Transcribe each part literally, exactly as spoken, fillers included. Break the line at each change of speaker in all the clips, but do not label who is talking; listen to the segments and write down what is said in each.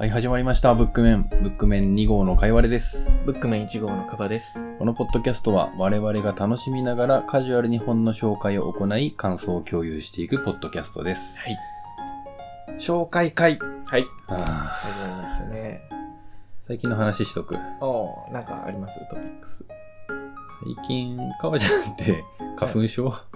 はい、始まりました。ブックメン。ブックメンに号のかいわれです。
ブックメンいち号のカバです。
このポッドキャストは我々が楽しみながらカジュアルに本の紹介を行い、感想を共有していくポッドキャストです。
はい。
紹介会。
はい。
は
始まりましたね。
最近の話しとく。
おー、なんかありますトピックス。
最近、かわちゃんって花粉症、
はい、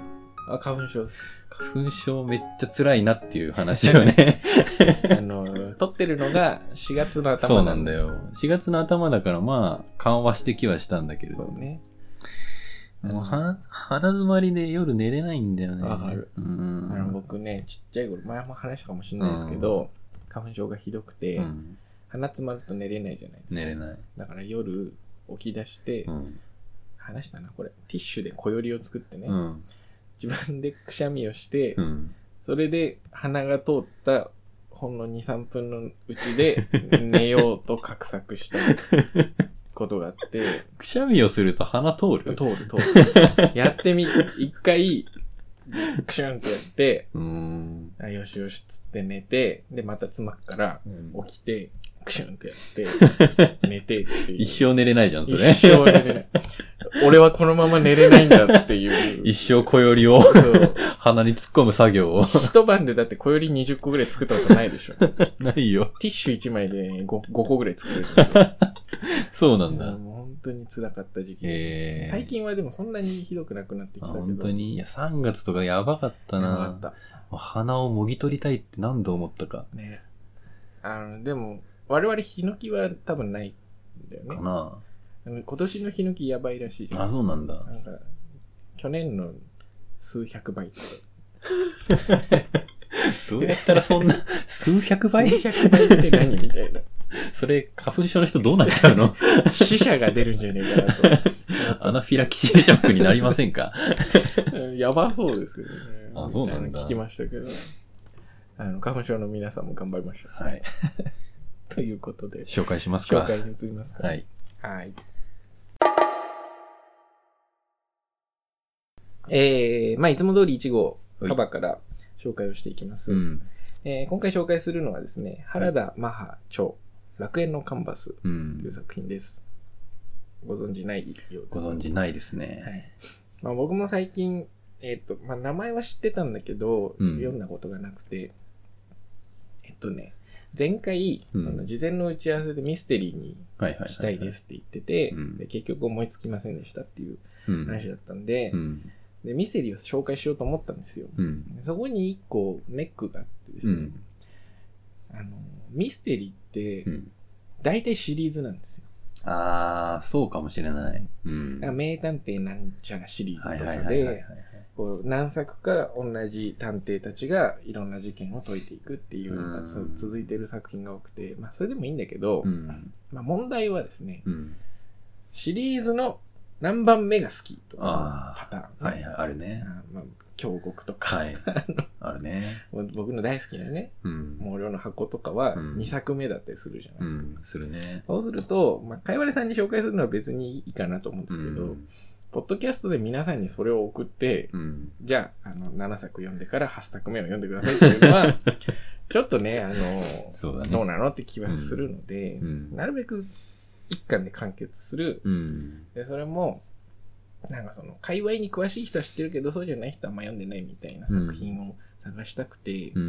あ、花粉症です。
花粉症めっちゃ辛いなっていう話よね。
あの、撮ってるのがしがつの頭
そうなんだよ。しがつの頭だからまあ、緩和してきはしたんだけれど。
そうね。
もうは鼻詰まりで夜寝れないんだよね。
わかる。
うん。
あの僕ね、ちっちゃい頃、前も話したかもしれないですけど、うん、花粉症がひどくて、うん、鼻詰まると寝れないじゃないですか。
寝れない。
だから夜起き出して、うん、話したな、これ。ティッシュで小よりを作ってね。うん、自分でくしゃみをして、うん、それで鼻が通ったほんのに、さんぷんのうちで寝ようと画策したことがあって。
くしゃみをすると鼻通る？
通る、通る。やってみ、一回、クシュンってやって、うーんあよしよしつって寝て、で、また詰まっから起きて、クシュンってやって、寝てっていう。
一生寝れないじゃん、それ。
一生寝れない。俺はこのまま寝れないんだっていう。
一生小よりを鼻に突っ込む作業を。
一晩でだって小よりにじゅっこぐらい作ったことないでしょ。
ないよ。
ティッシュいちまいで 5, ごこぐらい作れる。
そうなんだ。
もう本当に辛かった時期。
えー、
最近はでもそんなにひどくなくなってきたけど。
本当にいや、さんがつとかやばかったな。
やばかった。
もう鼻をもぎ取りたいって何度思ったか。
ね。あの、でも、我々ヒノキは多分ないんだよね。
かな。
今年のヒノキやばいらしい。
あ、そうなんだ。
なんか、去年の数百倍とか。
どうやったらそんな、数百倍
数百倍って何みたいな。
それ、花粉症の人どうなっちゃうの？
死者が出るんじゃねえかなと。
アナフィラキシーショックになりませんか？
やばそうですよね。
あ、そうなんだ。
聞きましたけど。あの、花粉症の皆さんも頑張りましょう。
はい。
ということで。
紹介しますか。
紹介に移りますか。
はい。
はい。えー、まあいつも通りいち号、カバから紹介をしていきます。うんえー、今回紹介するのはですね、原田マハ著、楽園のカンバスという作品です。うん、ご存知ないようです。
ご存知ないですね。
はい。まあ僕も最近、えっと、まあ名前は知ってたんだけど、うん、読んだことがなくて、えっとね、前回、うん、あの事前の打ち合わせでミステリーにしたいですって言ってて、で結局思いつきませんでしたっていう話だったんで、うん、でミステリーを紹介しようと思ったんですよ。うん、そこに一個ネックがあってですね、うん、あのミステリーって大体シリーズなんですよ。
ああ、そうかもしれない。
うん、名探偵なんちゃらシリーズとかで、こう何作か同じ探偵たちがいろんな事件を解いていくっていうのが続いている作品が多くて、まあそれでもいいんだけど、うん、まあ問題はですね、うん、シリーズの何番目が好きとかパターン、ね。
はいはい、あるね。
あまあ、京極とか。
はい。あるね。
僕の大好きなね、うん、毛量の箱とかはにさくめだったりするじゃないですか。
うん、するね。
そうすると、まあ、かいわれさんに紹介するのは別にいいかなと思うんですけど、うんポッドキャストで皆さんにそれを送って、うん、じゃあ、あの、ななさく読んでからはっさくめを読んでくださいっていうのは、ちょっとね、あの、そうだね、どうなのって気はするので、うん、なるべく一巻で完結する。うん、で、それも、なんかその、界隈に詳しい人は知ってるけど、そうじゃない人はあんま読んでないみたいな作品を探したくて、うん、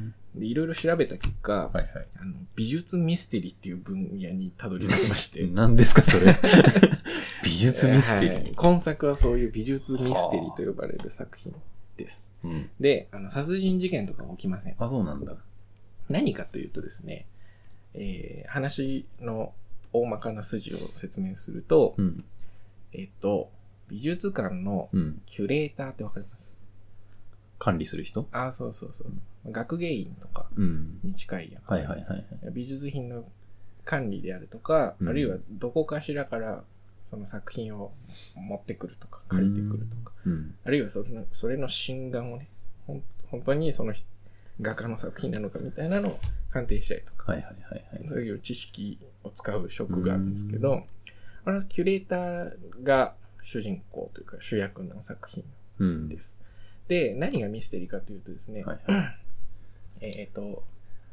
で、いろいろ調べた結果、はいはい、あの、美術ミステリーっていう分野にたどり着きまして。
何ですか、それ。美術ミステリー、
はい、今作はそういう美術ミステリーと呼ばれる作品です。うん、で、あの、殺人事件とか起きません。
あ、そうなんだ。
何かというとですね、えー、話の大まかな筋を説明すると、うん、えっと、美術館のキュレーターってわかります？
管理する人？
あ、そうそうそう。学芸員とかに近いやん、うん。はいはいはい。美術品の管理であるとか、うん、あるいはどこかしらからその作品を持ってくるとか、借りてくるとか、うん、あるいはそれの、それの真贋をね、ほん、本当にその画家の作品なのかみたいなのを鑑定したりとか、はいはいはいはい、そういう知識を使う職があるんですけど、あのキュレーターが主人公というか主役の作品です。うん、で、何がミステリーかというとですね、はいはい、えっと、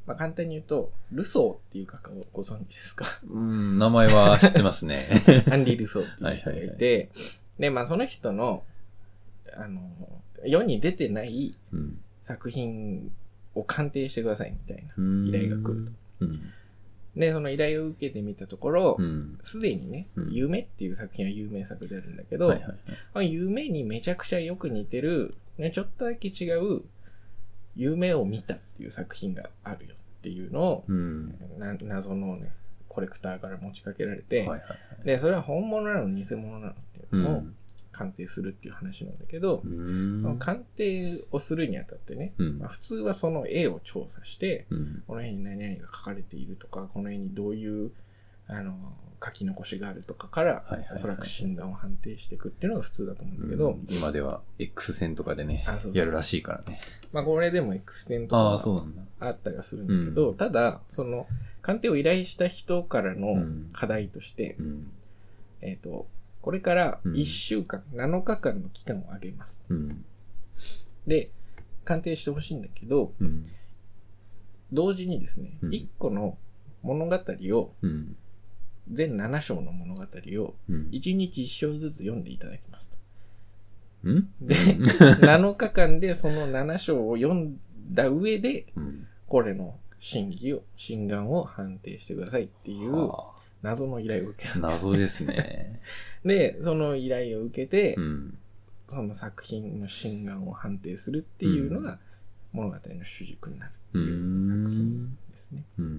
まあ簡単に言うと、ルソーっていう画家をご存知ですか？
うん、名前は知ってますね。
アンリ・ルソーっていう人がいて、はいはいはい、で、まあその人の、あの、世に出てない作品を鑑定してくださいみたいな依頼が来ると。うん、で、その依頼を受けてみたところ、すで、うん、にね、うん、夢っていう作品は有名作であるんだけど、はいはいはい、夢にめちゃくちゃよく似てる、ね、ちょっとだけ違う夢を見たっていう作品があるよっていうのを、うん、な謎のね、コレクターから持ちかけられて、はいはいはい、で、それは本物なの偽物なのっていうのを鑑定するっていう話なんだけど、うん、鑑定をするにあたってね、うんまあ、普通はその絵を調査して、うん、この絵に何々が描かれているとか、この絵にどういうあの書き残しがあるとかから、はいはいはい、おそらく診断を判定していくっていうのが普通だと思うんだけど、うん、
今では X 線とかでね、そうそうやるらしいからね。
まあこれでも X 線とかあったりはするんだけど、うん、ただ、その鑑定を依頼した人からの課題として、うん、えっと、これからいっしゅうかん、うん、なのかかんの期間をあげます。うん、で、鑑定してほしいんだけど、うん、同時にですね、うん、いっこの物語を、うん全なな章の物語をいちにちいっ章ずつ読んでいただきますと。んで、なのかかんでそのなな章を読んだ上で、うん、これの真偽を、真贋を判定してくださいっていう謎の依頼を受けるんです。
謎ですね。
で、その依頼を受けて、うん、その作品の真贋を判定するっていうのが物語の主軸になるっていう作品ですね。うん、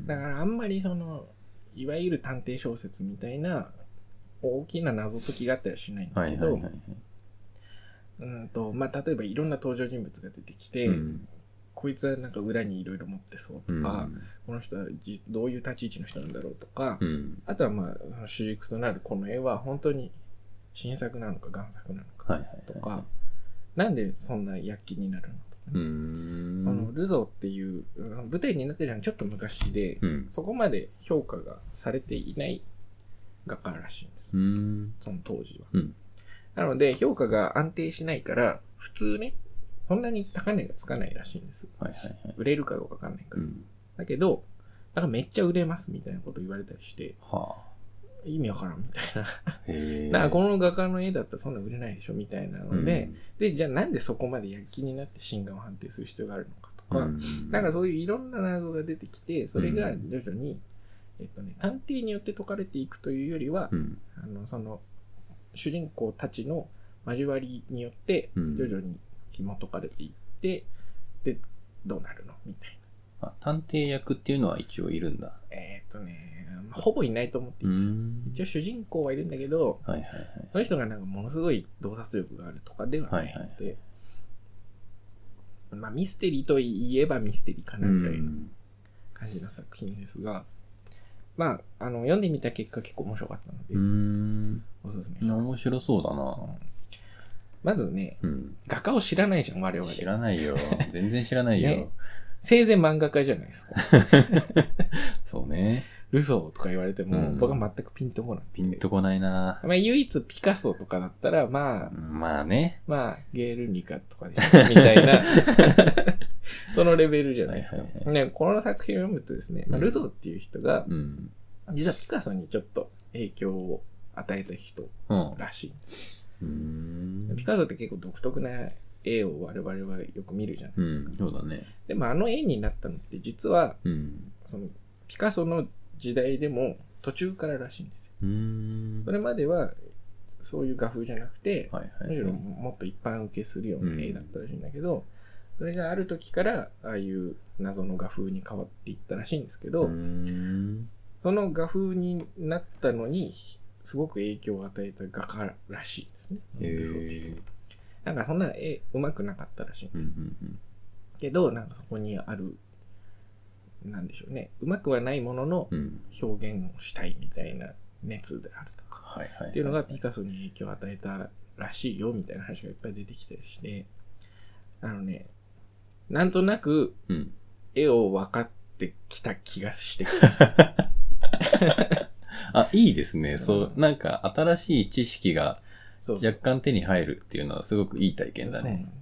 だからあんまりその、いわゆる探偵小説みたいな大きな謎解きがあったりはしないんだけど、うんと、まあ、例えばいろんな登場人物が出てきて、うん、こいつはなんか裏にいろいろ持ってそうとか、うん、この人はどういう立ち位置の人なんだろうとか、うん、あとはまあ、主軸となるこの絵は本当に新作なのか贋作なのかとか、なんでそんな躍起になるのとかね。うーんあのルゾーっていう舞台になってるのはちょっと昔で、うん、そこまで評価がされていない画家らしいんです。うーんその当時は、うん。なので評価が安定しないから、普通ね、そんなに高値がつかないらしいんです。はいはいはい、売れるかどうかわかんないから、うん。だけど、なんかめっちゃ売れますみたいなこと言われたりして、はあ意味わからんみたいな。へなんかこの画家の絵だったらそんな売れないでしょみたいなので、うん、で、じゃあなんでそこまで躍起になって真贋を判定する必要があるのかとか、うん、なんかそういういろんな謎が出てきて、それが徐々に、えっとね、探偵によって解かれていくというよりは、うん、あの、その、主人公たちの交わりによって徐々に紐解かれていって、で、どうなるのみたい
な。あ、探偵役っていうのは一応いるんだ。
えー、っとね、ほぼいないと思っていいです。一応主人公はいるんだけど、はいはいはい、その人がなんかものすごい洞察力があるとかではないので、はいはいはい、まあミステリーといえばミステリーかなぐらいの感じの作品ですが、まあ、あの、読んでみた結果結構面白かったので、うーんおすすめ。
面白そうだな。
まずね、うん、画家を知らないじゃん、我々。
知らないよ。全然知らないよ。ね、
せいぜい漫画家じゃないですか。
そうね。
ルソーとか言われても、うん、僕は全くピンとこない。
ピンとこないな。
まあ、唯一ピカソとかだったら、まあ、
まあね。
まあ、ゲールニカとかでしょみたいな、そのレベルじゃないですか。はいはいはい、ね、この作品を読むとですね、まあ、ルソーっていう人が、うん、実はピカソにちょっと影響を与えた人らしい。うん、ピカソって結構独特な絵を我々はよく見るじゃないですか。
うん、そうだね。
でもあの絵になったのって実は、うん、そのピカソの時代でも途中かららしいんですよ。うーんそれまではそういう画風じゃなくて、はいはいはい、むしろもっと一般受けするような絵だったらしいんだけど、それがある時からああいう謎の画風に変わっていったらしいんですけど、うーんその画風になったのにすごく影響を与えた画家らしいですね。へなんかそんな絵上手くなかったらしいんです。うんうんうん、けどなんかそこにあるなんでしょうね。うまくはないものの表現をしたいみたいな熱であるとか、うんはいはいはい、っていうのがピカソに影響を与えたらしいよみたいな話がいっぱい出てきたりして、あのね、なんとなく絵を分かってきた気がしてきます。
あ、いいですね。そう、なんか新しい知識が若干手に入るっていうのはすごくいい体験だね。そうなんですよ。うん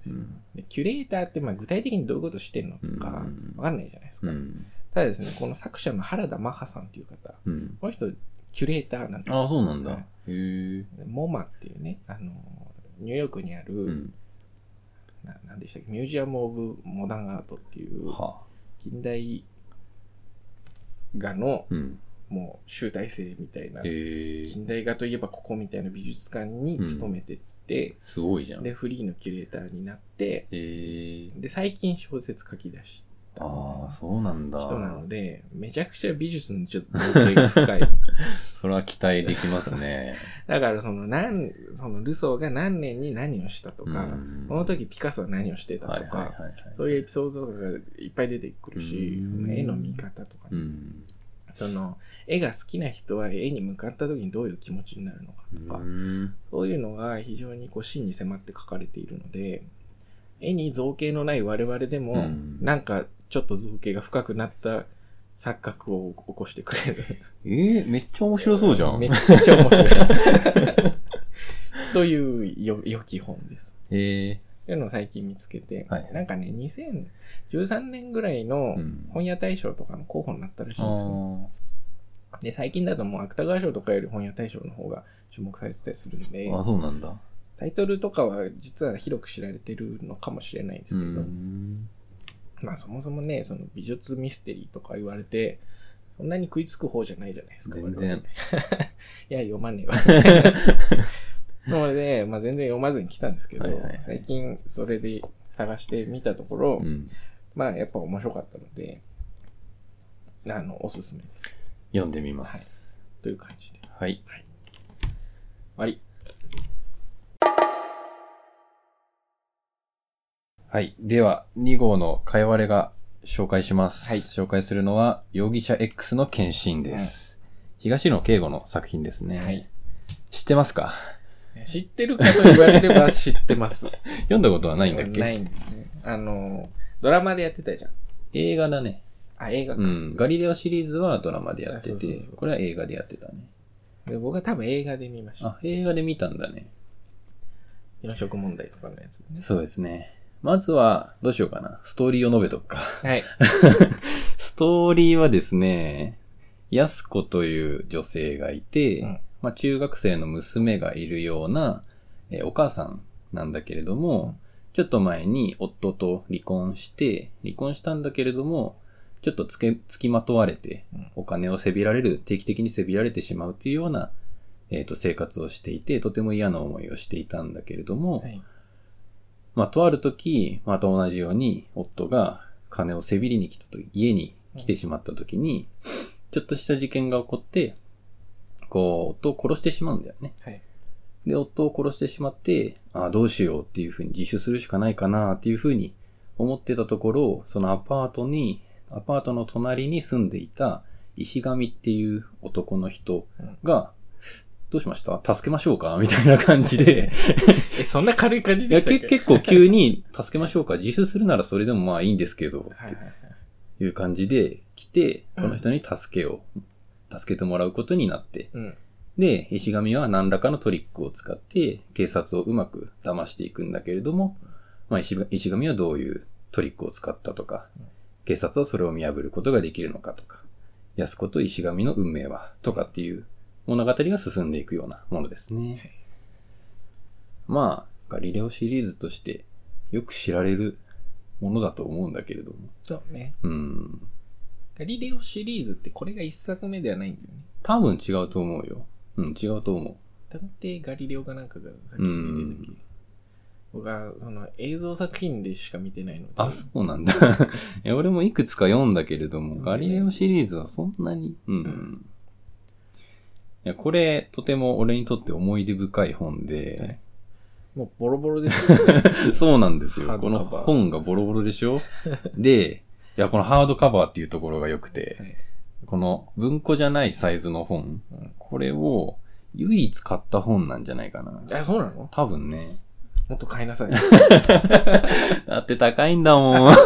でキュレーターってまあ具体的にどういうことしてんのとかわかんないじゃないですか。うん、ただですね、この作者の原田マハさんっていう方、うん、この人キュレーターなんですよ。
ああ、そうなんだ。へえ。
モマっていうね、あのニューヨークにある、うん、ななんでしたっけ、ミュージアム・オブ・モダン・アートっていう近代画の、うん、もう集大成みたいな、近代画といえばここみたいな美術館に勤めてって、うん、
すごいじゃん。
でフリーのキュレーターになって、で最近小説書き出した。
ああ、そうなんだ。
人なので、めちゃくちゃ美術にちょっと造形が深いんです。
それは期待できますね。
だからその何、そのルソーが何年に何をしたとか、この時ピカソは何をしてたとか、そういうエピソードがいっぱい出てくるし、その絵の見方とかね、その絵が好きな人は絵に向かった時にどういう気持ちになるのかとか、そういうのが非常にこう真に迫って描かれているので、絵に造形のない我々でも、なんかちょっと造形が深くなった錯覚を起こしてくれる。
えー、めっちゃ面白そうじゃん。
めっちゃ面白いです。というよ良き本です。
えー、
というのを最近見つけて、
はい、
なんかね、にせんじゅうさんねんぐらいの本屋大賞とかの候補になったらしいんですね。うん、で、最近だともう芥川賞とかより本屋大賞の方が注目されてたりするんで、
あ、そうなんだ。
タイトルとかは実は広く知られてるのかもしれないんですけど、まあそもそもね、その美術ミステリーとか言われて、そんなに食いつく方じゃないじゃないですか。
全然。
いや、読まねえわ。なので、まあ全然読まずに来たんですけど、はいはいはい、最近それで探してみたところ、うん、まあやっぱ面白かったので、あの、おすすめ。
読んでみます。
はい、という感じで。
はい。はい、
終わり。
はい。では、に号のかいわれが紹介します。
はい。
紹介するのは、容疑者 X の献身です。うん、東野圭吾の作品ですね。
はい。
知ってますか？
知ってるかと言われれば知ってます。
読んだことはないんだっけ？
ないんですね。あの、ドラマでやってたじゃん。
映画だね。
あ、映画か。
うん。ガリレオシリーズはドラマでやってて、そうそうそう、これは映画でやってたね。
で僕は多分映画で見ました。
あ、映画で見たんだね。
四色問題とかのやつね。
そうですね。まずは、どうしようかな。ストーリーを述べとくか。
はい。
ストーリーはですね、安子という女性がいて、うん、まあ、中学生の娘がいるような、えー、お母さんなんだけれども、うん、ちょっと前に夫と離婚して、離婚したんだけれども、ちょっとつけ、つきまとわれて、お金をせびられる、定期的にせびられてしまうというような、えっと、生活をしていて、とても嫌な思いをしていたんだけれども、はい、まあ、とある時、また同じように、夫が金をせびりに来たとき、家に来てしまった時に、ちょっとした事件が起こって、こう、夫を殺してしまうんだよね。
はい、
で、夫を殺してしまって、ああ、どうしようっていうふうに自首するしかないかなっていうふうに思ってたところ、そのアパートに、アパートの隣に住んでいた石上っていう男の人が、どうしました？助けましょうかみたいな感じで。
え、そんな軽い感じでしたっけ？
いや、結構急に助けましょうか。自首するならそれでもまあいいんですけど、っていう感じで来て、この人に助けを、助けてもらうことになって、
うん、
で、石上は何らかのトリックを使って警察をうまく騙していくんだけれども、まあ石上はどういうトリックを使ったとか、警察はそれを見破ることができるのかとか、安子と石上の運命はとかっていう物語が進んでいくようなものですね。はい、まあ、ガリレオシリーズとしてよく知られるものだと思うんだけれども。
そうね。
うん。
ガリレオシリーズってこれが一作目ではないんだよね。
多分違うと思うよ。うん、違うと思う。
探偵ガリレオかなんかが先に出てたっけ？僕はその映像作品でしか見てないので。
あ、そうなんだ。いや、俺もいくつか読んだけれども、ガリレオシリーズはそんなに、うん。うん、いや、これ、とても俺にとって思い出深い本で、はい、
もうボロボロですよね。
そうなんですよ。この本がボロボロでしょで、いや、このハードカバーっていうところが良くて、はい、この文庫じゃないサイズの本、うん、これを唯一買った本なんじゃないかな。
あ、そうなの？
多分ね。
もっと買いなさい。
だって高いんだもん。まあ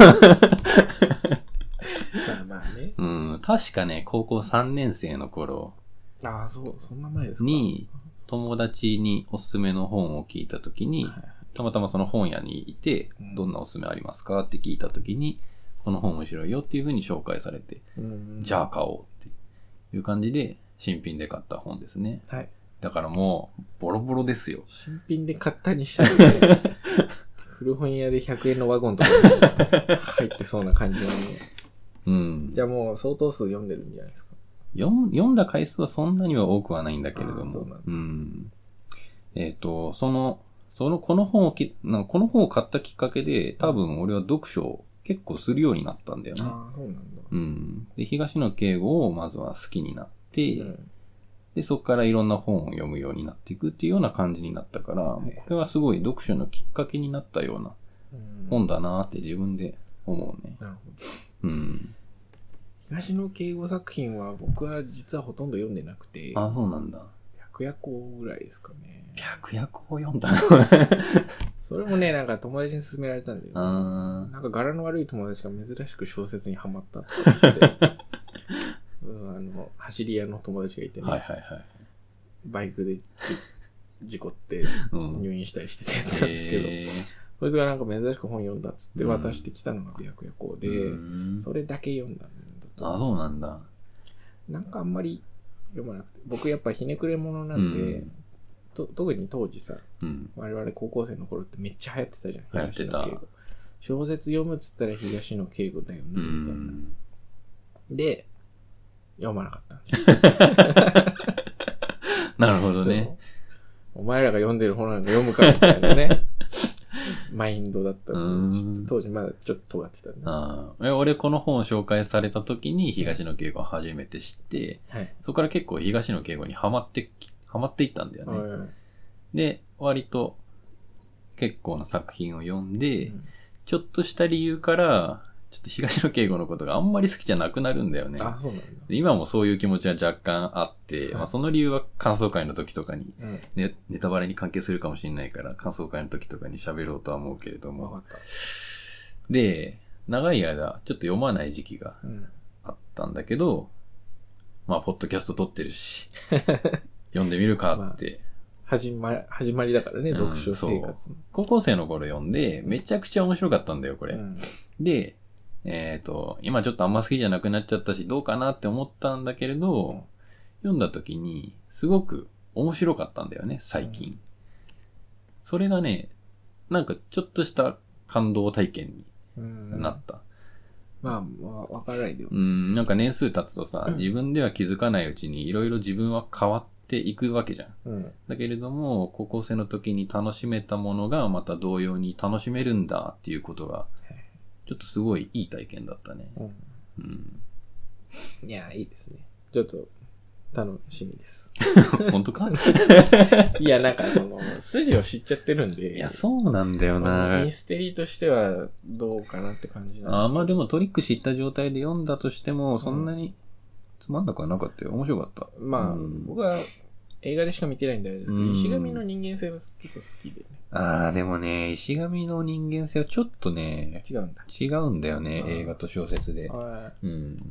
まあね。
うん、確かね、高校さんねん生の頃。
ああ、そう、そんな前ですか。
に、友達におすすめの本を聞いたときに、はい、 たまたまその本屋にいて、どんなおすすめありますかって聞いたときに、この本面白いよっていう風に紹介されて、うん、じゃあ買おうっていう感じで、新品で買った本ですね。はい。だからもう、ボロボロですよ。
新品で買ったにしたらね、古本屋でひゃくえんのワゴンとかに入ってそうな感じなので。うん。じゃあもう相当数読んでるんじゃないですか。
読, 読んだ回数はそんなには多くはないんだけれども。う, うん。えっ、ー、と、その、その、この本をき、なんかこの本を買ったきっかけで、多分俺は読書を結構するようになったんだよね。ああ、そうなんだ。うん。で、東野圭吾をまずは好きになって、うん、で、そこからいろんな本を読むようになっていくっていうような感じになったから、はい、これはすごい読書のきっかけになったような本だなって自分で思うね。なるほど。うん。
東野圭吾作品は僕は実はほとんど読んでなくて。
あ、そうなんだ。
白夜行ぐらいですかね。
白夜行を読んだの
それもね、なんか友達に勧められたんだよ、ね。あなんか柄の悪い友達が珍しく小説にハマったとか言って、うん、あの、走り屋の友達がいてね。はいはいはい。バイクで事故って入院したりしてたやつなんですけど、うんえー、そいつがなんか珍しく本読んだっつって渡してきたのが白夜行で、うん、それだけ読んだんだ
と。あ、そうなんだ。
なんかあんまり読まなくて、僕やっぱひねくれ者なんで、うん、と特に当時さ、うん、我々高校生の頃ってめっちゃ流行ってたじゃん。
流行ってた。
小説読むっつったら東野圭吾だよね、みたいな、うん。で、読まなかったんです。
なるほどね。
お前らが読んでる本なんか読むかみたいなね。マインドだったんで、当時まだちょっと尖ってたんで。
ああ。俺この本を紹介された時に東野圭吾を初めて知って、はい、そこから結構東野圭吾にハマって、ハマっていったんだよね。はい、で、割と結構な作品を読んで、うん、ちょっとした理由から、ちょっと東野圭吾のことがあんまり好きじゃなくなるんだよね。
あ、そうなんだ。
今もそういう気持ちは若干あって、はい、まあその理由は感想会の時とかに、うんね、ネタバレに関係するかもしれないから、感想会の時とかに喋ろうとは思うけれども。わかった。で、長い間ちょっと読まない時期があったんだけど、うん、まあポッドキャスト撮ってるし、読んでみるかって。まあ
始ま、始まりだからね、うん、読書生活。
高校生の頃読んで、めちゃくちゃ面白かったんだよ、これ。うん、で、えっと、今ちょっとあんま好きじゃなくなっちゃったし、どうかなって思ったんだけれど、うん、読んだ時に、すごく面白かったんだよね、最近。うん、それがね、なんかちょっとした感動体験になった。
うん、まあ、まあ、わからないでよ。
うん、なんか年数経つとさ、自分では気づかないうちにいろいろ自分は変わっていくわけじゃん。うん、だけれども、高校生の時に楽しめたものがまた同様に楽しめるんだっていうことが、ちょっとすごいいい体験だったね。うん
うん、いや、いいですね。ちょっと楽しみです。
本当か
いや、なんかその、筋を知っちゃってるんで。
いや、そうなんだよな。
ミステリーとしてはどうかなって感じなんですけど。
あ、まあでもトリック知った状態で読んだとしても、そんなにつまんなくはなかったよ。面白かった。
まあ、うん、僕は映画でしか見てないんであれですけど、うん、石神の人間性は結構好きでね。
ああ、でもね、石神の人間性はちょっとね、
違うんだ。
違うんだよね、映画と小説で。
うん。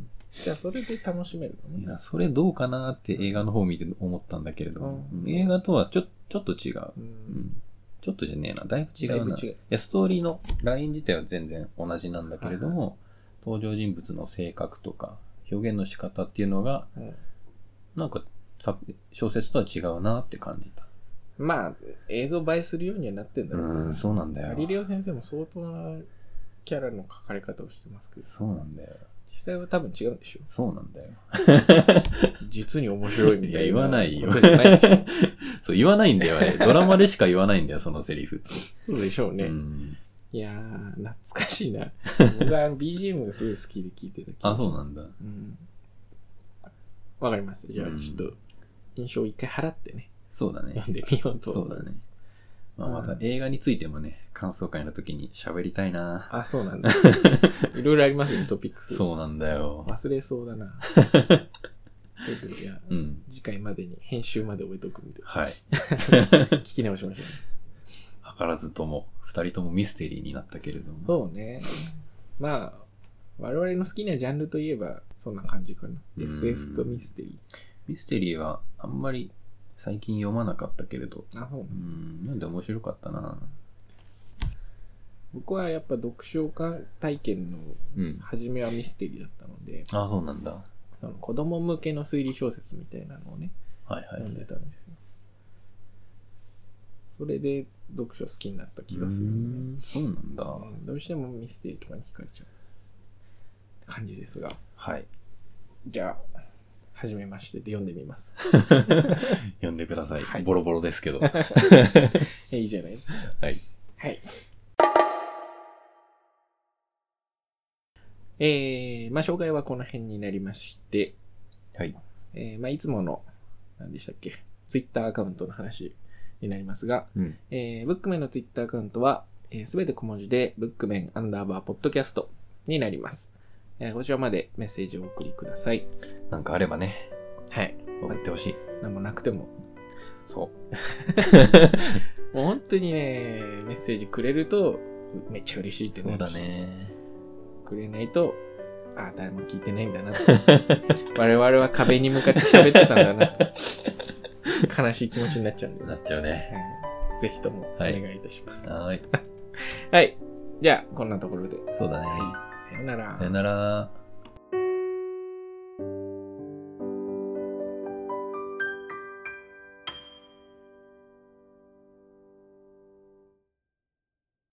じゃあそれで楽しめるかもね。
いや、それどうかなって映画の方を見て思ったんだけれども、うん、映画とはちょ、ちょっと違う、うんうん。ちょっとじゃねえな、だいぶ違うな。い, 違ういや、ストーリーのライン自体は全然同じなんだけれども、はいはい、登場人物の性格とか、表現の仕方っていうのが、うん、なんか小説とは違うなって感じた。
まあ、映像映えするようにはなってんだろうね。
うん、そうなんだよ。
ガリレオ先生も相当なキャラの描かれ方をしてますけど。
そうなんだよ。
実際は多分違うんでしょ。
そうなんだよ。
実に面白いみたいな。
いや、言わないよ。ないでしょそう、言わないんだよね。ドラマでしか言わないんだよ、そのセリフって。
そうでしょうね。うん、いやー、懐かしいな。僕は ビージーエム がすごい好きで聴いてた。
あ、そうなんだ。うん。
わかりました。じゃあ、ちょっと、印象を一回払ってね。
そうだね。
読んでみようと。
そうだね。まあ、また映画についてもね、感想会の時に喋りたいな。
あ、そうなんだ。いろいろありますね、トピックス。
そうなんだよ。
忘れそうだな。いや、うん、次回までに編集まで終えとくんで。
はい。
聞き直しましょう、ね。
図らずとも、二人ともミステリーになったけれども。
そうね。まあ、我々の好きなジャンルといえば、そんな感じかな。エスエフ とミステリー。
ミステリーはあんまり最近読まなかったけれど。
あ、そう。
うん。なんで面白かったな。
僕はやっぱ読書体験の初めはミステリーだったので、
うん、あ、そうなんだ。
その子供向けの推理小説みたいなのをね、
はいはい、
読んでたんですよ。それで読書好きになった気がする、ね。うん、
そうなんだ、
うん。どうしてもミステリーとかに惹かれちゃう感じですが。
はい。
じゃあ、はじめましてで読んでみます。
読んでください。はい、ボロボロですけど。
いいじゃないですか。
はい。
はい。えー、まあ、紹介はこの辺になりまして、
はい。
えー、まあ、いつもの、何でしたっけ、ツイッターアカウントの話になりますが、
うん、
えー、ブックメンのツイッターアカウントは、す、えー、べて小文字で、ブックメンアンダーバーポッドキャストになります。えー、こちらまでメッセージをお送りください。
なんかあればね。
はい。
送ってほしい。
なんもなくても。そう。もう本当にね、メッセージくれると、めっちゃ嬉しいってなるし。
そうだね。
くれないと、ああ、誰も聞いてないんだなと。我々は壁に向かって喋ってたんだなと。悲しい気持ちになっちゃうんで。
なっちゃうね。
はい、ぜひともお願いいたします。
はい。
はい。じゃあ、こんなところで。
そうだね。
はい、さよなら。
さよなら。